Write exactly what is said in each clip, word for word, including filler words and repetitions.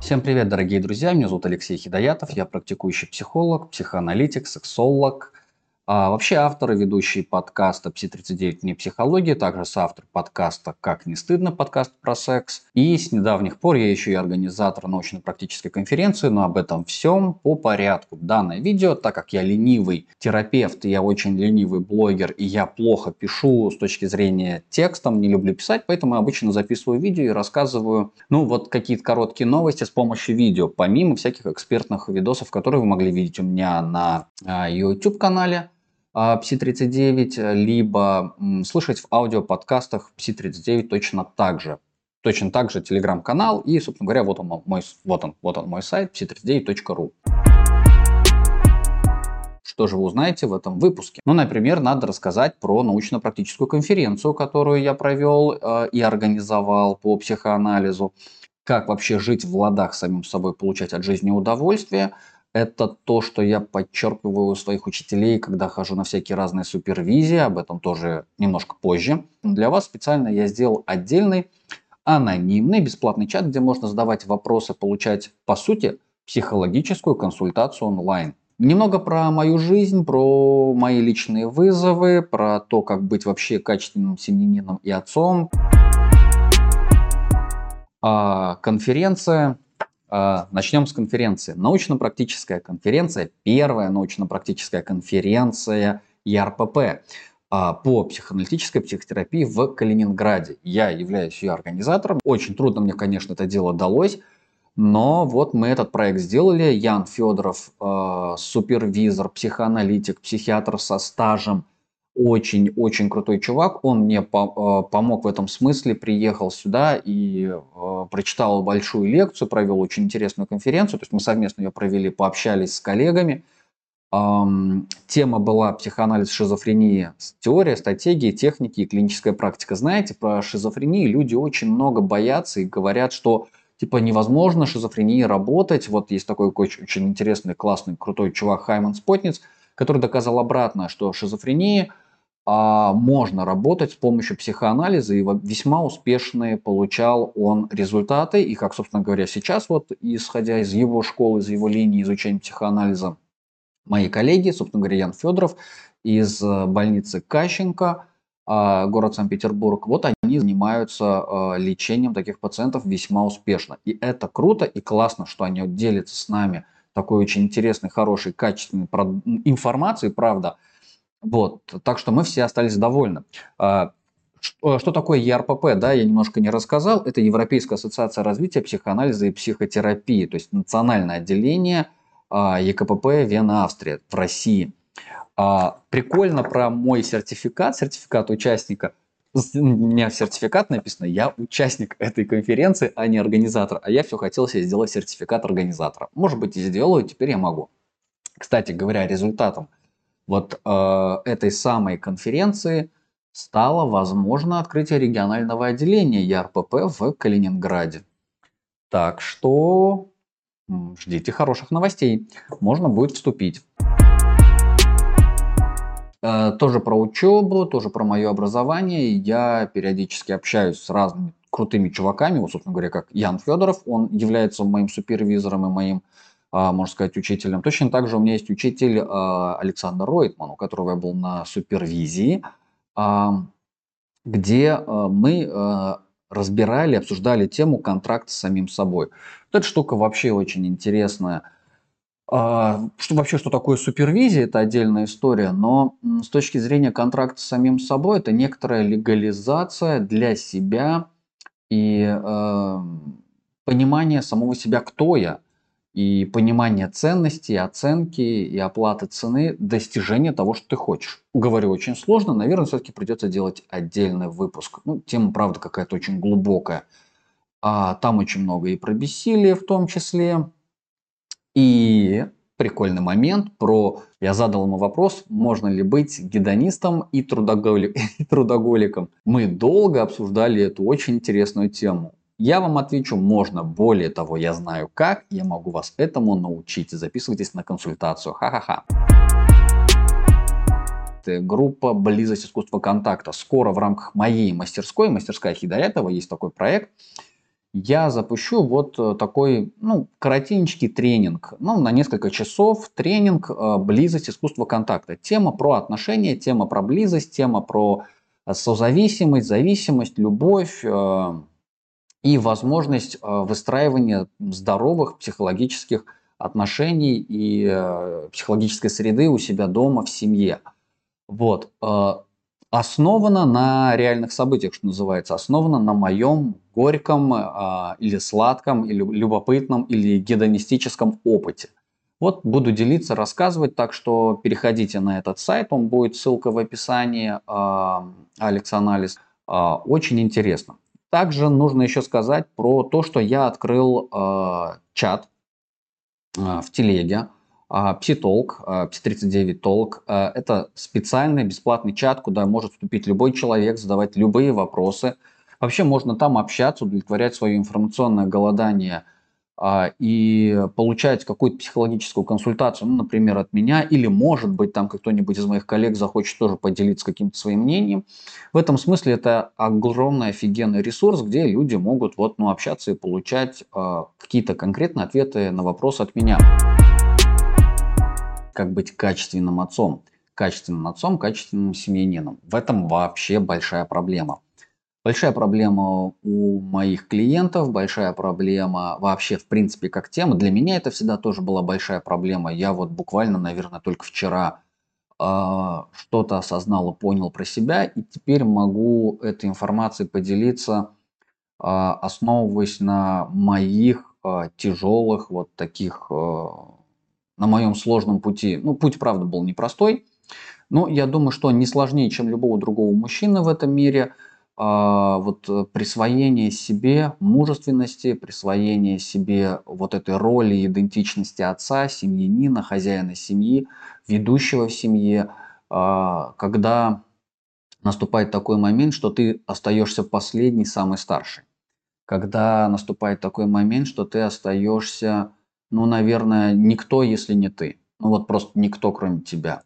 Всем привет, дорогие друзья! Меня зовут Алексей Хидоятов, я практикующий психолог, психоаналитик, сексолог, а вообще автор и ведущий подкаста Пси тридцать девять вне психологии, также соавтор подкаста «Как не стыдно», подкаст про секс. И с недавних пор я еще и организатор научно-практической конференции, но об этом всем по порядку. Данное видео, так как я ленивый терапевт, и я очень ленивый блогер, и я плохо пишу с точки зрения текстом, не люблю писать, поэтому я обычно записываю видео и рассказываю, ну вот какие-то короткие новости с помощью видео, помимо всяких экспертных видосов, которые вы могли видеть у меня на YouTube-канале. Пси тридцать девять, либо м, слышать в аудиоподкастах Пси тридцать девять точно так же. Точно так же телеграм-канал и, собственно говоря, вот он мой, вот он, вот он мой сайт пси тридцать девять точка ру. Что же вы узнаете в этом выпуске? Ну, например, надо рассказать про научно-практическую конференцию, которую я провел э, и организовал по психоанализу. Как вообще жить в ладах с самим собой, получать от жизни удовольствие. Это то, что я подчеркиваю у своих учителей, когда хожу на всякие разные супервизии. Об этом тоже немножко позже. Для вас специально я сделал отдельный анонимный бесплатный чат, где можно задавать вопросы, получать, по сути, психологическую консультацию онлайн. Немного про мою жизнь, про мои личные вызовы, про то, как быть вообще качественным семьянином и отцом. А, конференция. А, начнем с конференции. Научно-практическая конференция. Первая научно-практическая конференция ЯРПП а, по психоаналитической психотерапии в Калининграде. Я являюсь ее организатором. Очень трудно мне, конечно, это дело далось. Но вот мы этот проект сделали. Ян Федоров, э, супервизор, психоаналитик, психиатр со стажем. Очень-очень крутой чувак. Он мне по- э, помог в этом смысле. Приехал сюда и э, прочитал большую лекцию, провел очень интересную конференцию. То есть мы совместно ее провели, пообщались с коллегами. Эм, тема была психоанализ шизофрении. Теория, стратегии, техники и клиническая практика. Знаете, про шизофрению люди очень много боятся и говорят, что типа невозможно шизофрении работать. Вот есть такой очень, очень интересный, классный, крутой чувак Хайман Спотниц, который доказал обратное, что шизофрении а, можно работать с помощью психоанализа, и весьма успешные получал он результаты. И как, собственно говоря, сейчас, вот исходя из его школы, из его линии изучения психоанализа, мои коллеги, собственно говоря, Ян Федоров из больницы Кащенко, город Санкт-Петербург, вот они занимаются лечением таких пациентов весьма успешно. И это круто и классно, что они делятся с нами такой очень интересной, хорошей, качественной информацией, правда. Вот. Так что мы все остались довольны. Что, что такое ЯРПП, да, я немножко не рассказал. Это Европейская ассоциация развития психоанализа и психотерапии, то есть национальное отделение ЕКПП Вена, Австрия, в России. А, прикольно про мой сертификат, сертификат участника. У меня сертификат написано, я участник этой конференции, а не организатор. А я все хотел себе сделать сертификат организатора. Может быть, и сделаю, теперь я могу. Кстати говоря, результатом вот э, этой самой конференции стало возможно открытие регионального отделения ЯРПП в Калининграде. Так что ждите хороших новостей. Можно будет вступить. Тоже про учебу, тоже про мое образование. Я периодически общаюсь с разными крутыми чуваками. Вот, собственно говоря, как Ян Федоров. Он является моим супервизором и моим, можно сказать, учителем. Точно так же у меня есть учитель Александр Ройтман, у которого я был на супервизии, где мы разбирали, обсуждали тему контракта с самим собой. Вот эта штука вообще очень интересная. Что вообще, что такое супервизия, это отдельная история, но с точки зрения контракта с самим собой, это некоторая легализация для себя и э, понимание самого себя, кто я, и понимание ценностей, оценки и оплаты цены, достижения того, что ты хочешь. Говорю, очень сложно, наверное, все-таки придется делать отдельный выпуск. Ну, тема, правда, какая-то очень глубокая. А там очень много и про бессилие в том числе. И прикольный момент про... Я задал ему вопрос, можно ли быть гедонистом и, трудоголи... и трудоголиком. Мы долго обсуждали эту очень интересную тему. Я вам отвечу, можно. Более того, я знаю как, я могу вас этому научить. Записывайтесь на консультацию. Ха-ха-ха. Группа «Близость искусства контакта». Скоро в рамках моей мастерской, мастерская Хидоятова, есть такой проект. я запущу вот э, такой, ну, коротенький тренинг, ну, на несколько часов тренинг э, «Близость. Искусство контакта». Тема про отношения, тема про близость, тема про э, созависимость, зависимость, любовь э, и возможность э, выстраивания здоровых психологических отношений и э, психологической среды у себя дома, в семье. Вот. э, Основано на реальных событиях, что называется, основано на моем горьком а, или сладком, или любопытном, или гедонистическом опыте. Вот буду делиться, рассказывать, так что переходите на этот сайт, он будет, ссылка в описании, а, Алекс Анализ. А, Очень интересно. Также нужно еще сказать про то, что я открыл а, чат а, в телеге. А, Пси-толк, а, Пси тридцать девять толк. а, Это специальный бесплатный чат, куда может вступить любой человек, задавать любые вопросы. Вообще можно там общаться, удовлетворять свое информационное голодание а, и получать какую-то психологическую консультацию, ну, например, от меня, или, может быть, там кто-нибудь из моих коллег захочет тоже поделиться каким-то своим мнением. В этом смысле это огромный офигенный ресурс, где люди могут вот, ну, общаться и получать а, какие-то конкретные ответы на вопросы от меня. Как быть качественным отцом? Качественным отцом, качественным семьянином. В этом вообще большая проблема. Большая проблема у моих клиентов, большая проблема вообще в принципе как тема. Для меня это всегда тоже была большая проблема. Я вот буквально, наверное, только вчера а, что-то осознал и понял про себя, и теперь могу этой информацией поделиться, а, основываясь на моих а, тяжелых вот таких, а, на моем сложном пути. Ну, путь, правда, был непростой, но я думаю, что не сложнее, чем любого другого мужчины в этом мире. А, вот э, присвоение себе мужественности, присвоение себе вот этой роли и идентичности отца, семьянина, хозяина семьи, ведущего в семье, а, когда наступает такой момент, что ты остаешься последний, самый старший. Когда наступает такой момент, что ты остаешься, ну, наверное, никто, если не ты. Ну вот просто никто, кроме тебя.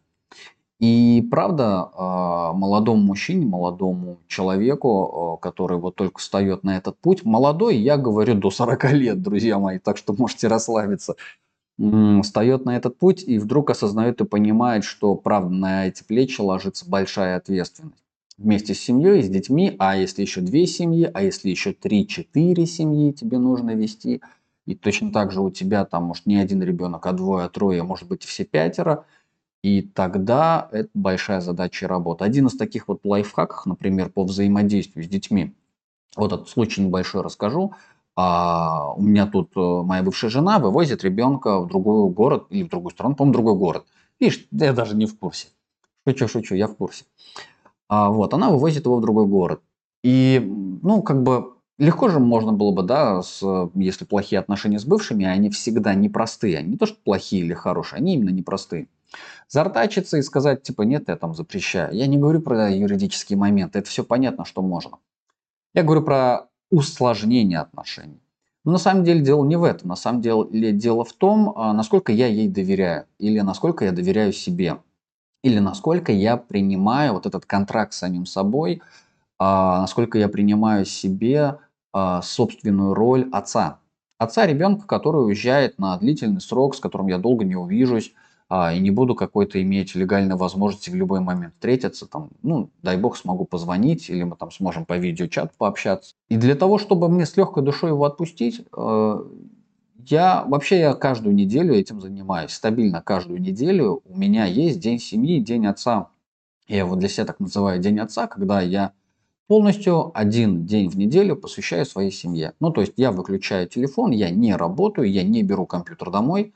И правда, а, молодому мужчине, молодому человеку, а, который вот только встает на этот путь, молодой, я говорю, до сорока лет, друзья мои, так что можете расслабиться, м, встает на этот путь и вдруг осознает и понимает, что правда на эти плечи ложится большая ответственность. Вместе с семьей, с детьми, а если еще две семьи, а если еще три-четыре семьи тебе нужно вести, и точно так же у тебя там, может, не один ребенок, а двое, а трое, а может быть, все пятеро, и тогда это большая задача и работа. Один из таких вот лайфхаков, например, по взаимодействию с детьми. Вот этот случай небольшой расскажу. А, у меня тут э, моя бывшая жена вывозит ребенка в другой город или в другую страну, по-моему, другой город. Видишь, да я даже не в курсе. Шучу, шучу, я в курсе. А, вот, она вывозит его в другой город. И, ну, как бы, легко же можно было бы, да, с, если плохие отношения с бывшими, они всегда непростые. Они не то, что плохие или хорошие, они именно непростые. Заортачиться и сказать, типа, нет, я там запрещаю. Я не говорю про юридические моменты, это все понятно, что можно. Я говорю про усложнение отношений. Но на самом деле дело не в этом. На самом деле дело в том, а, насколько я ей доверяю. Или насколько я доверяю себе. Или насколько я принимаю вот этот контракт с самим собой. а, Насколько я принимаю себе а, собственную роль отца. Отца ребенка, который уезжает на длительный срок, с которым я долго не увижусь, а, и не буду какой-то иметь легальной возможности в любой момент встретиться, там, ну, дай бог, смогу позвонить, или мы там сможем по видеочату пообщаться. И для того, чтобы мне с легкой душой его отпустить, э, я вообще я каждую неделю этим занимаюсь, стабильно каждую неделю у меня есть день семьи, день отца. Я его для себя так называю день отца, когда я полностью один день в неделю посвящаю своей семье. Ну, то есть я выключаю телефон, я не работаю, я не беру компьютер домой.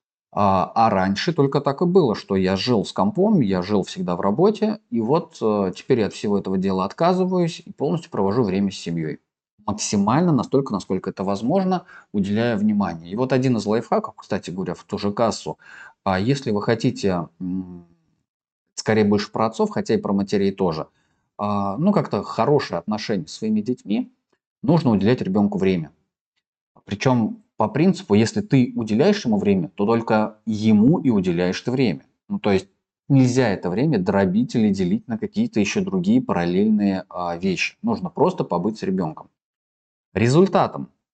А, а раньше только так и было, что я жил с компом, я жил всегда в работе, и вот э, теперь я от всего этого дела отказываюсь и полностью провожу время с семьей. Максимально, настолько, насколько это возможно, уделяя внимание. И вот один из лайфхаков, кстати говоря, в ту же кассу, а если вы хотите, м, скорее больше про отцов, хотя и про матерей тоже, а, ну как-то хорошие отношения с своими детьми, нужно уделять ребенку время. Причем по принципу, если ты уделяешь ему время, то только ему и уделяешь ты время. Ну, то есть нельзя это время дробить или делить на какие-то еще другие параллельные а, вещи. Нужно просто побыть с ребенком. Результатом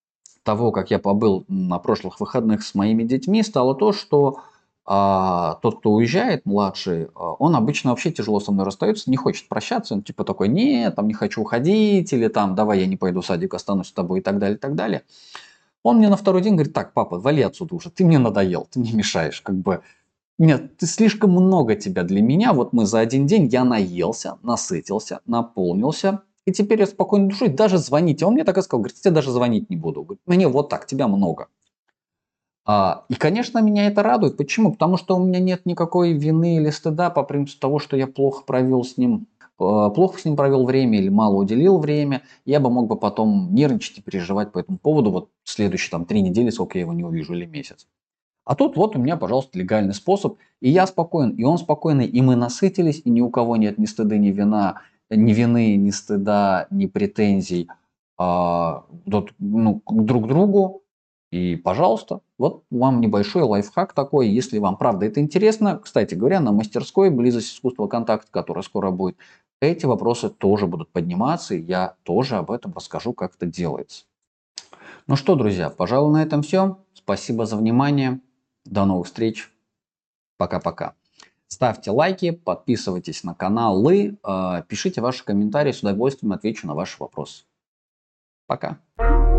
того, как я побыл на прошлых выходных с моими детьми, стало то, что а, тот, кто уезжает, младший, а, он обычно вообще тяжело со мной расстается, не хочет прощаться, он типа такой, нет, там не хочу уходить, или там, давай я не пойду в садик, останусь с тобой и так далее, и так далее. Он мне на второй день говорит, так, папа, вали отсюда уже, ты мне надоел, ты мне мешаешь, как бы, нет, ты слишком много тебя для меня, вот мы за один день, я наелся, насытился, наполнился, и теперь я спокойной душой даже звонить. Он мне так и сказал, говорит, я даже звонить не буду, говорит, мне вот так, тебя много. А, и, конечно, меня это радует. Почему? Потому что у меня нет никакой вины или стыда по принципу того, что я плохо провел с ним, э, плохо с ним провел время или мало уделил время. Я бы мог бы потом нервничать и переживать по этому поводу вот следующие там три недели, сколько я его не увижу, или месяц. А тут вот у меня, пожалуйста, легальный способ, и я спокоен, и он спокойный, и мы насытились, и ни у кого нет ни стыда, ни вина, ни вины, ни стыда, ни претензий а, вот, ну, друг к другу. И, пожалуйста, вот вам небольшой лайфхак такой, если вам правда это интересно. Кстати говоря, на мастерской «Близость искусства контакта», которая скоро будет, эти вопросы тоже будут подниматься, и я тоже об этом расскажу, как это делается. Ну что, друзья, пожалуй, на этом все. Спасибо за внимание. До новых встреч. Пока-пока. Ставьте лайки, подписывайтесь на каналы, пишите ваши комментарии, с удовольствием отвечу на ваши вопросы. Пока.